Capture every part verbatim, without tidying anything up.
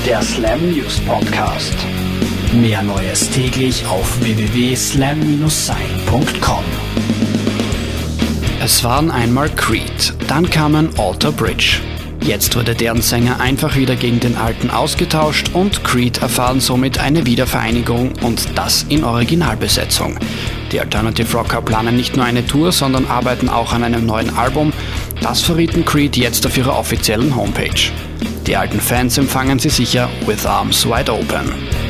Der Slam News Podcast. Mehr Neues täglich auf w w w punkt slam dash sein punkt com. Es waren einmal Creed, dann kamen Alter Bridge. Jetzt wurde deren Sänger einfach wieder gegen den alten ausgetauscht und Creed erfahren somit eine Wiedervereinigung und das in Originalbesetzung. Die Alternative Rocker planen nicht nur eine Tour, sondern arbeiten auch an einem neuen Album. Das verrieten Creed jetzt auf ihrer offiziellen Homepage. Die alten Fans empfangen sie sicher with arms wide open.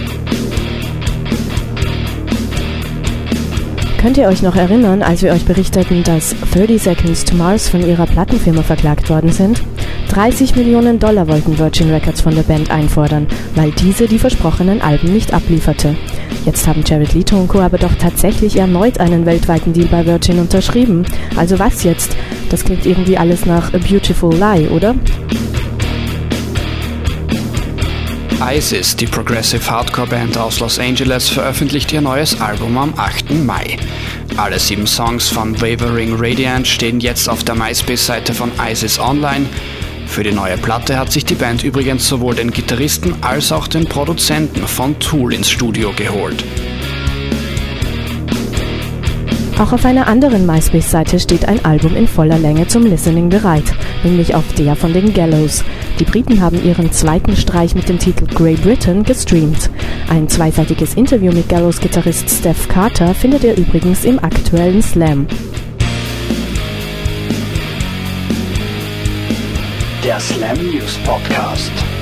Könnt ihr euch noch erinnern, als wir euch berichteten, dass thirty Seconds to Mars von ihrer Plattenfirma verklagt worden sind? dreißig Millionen Dollar wollten Virgin Records von der Band einfordern, weil diese die versprochenen Alben nicht ablieferte. Jetzt haben Jared Leto und Co. aber doch tatsächlich erneut einen weltweiten Deal bei Virgin unterschrieben. Also was jetzt? Das klingt irgendwie alles nach A Beautiful Lie, oder? ISIS, die Progressive Hardcore Band aus Los Angeles, veröffentlicht ihr neues Album am achten Mai. Alle sieben Songs von Wavering Radiant stehen jetzt auf der MySpace-Seite von ISIS online. Für die neue Platte hat sich die Band übrigens sowohl den Gitarristen als auch den Produzenten von Tool ins Studio geholt. Auch auf einer anderen MySpace-Seite steht ein Album in voller Länge zum Listening bereit, nämlich auf der von den Gallows. Die Briten haben ihren zweiten Streich mit dem Titel Grey Britain gestreamt. Ein zweiseitiges Interview mit Gallows-Gitarrist Steph Carter findet ihr übrigens im aktuellen Slam. Der Slam News Podcast.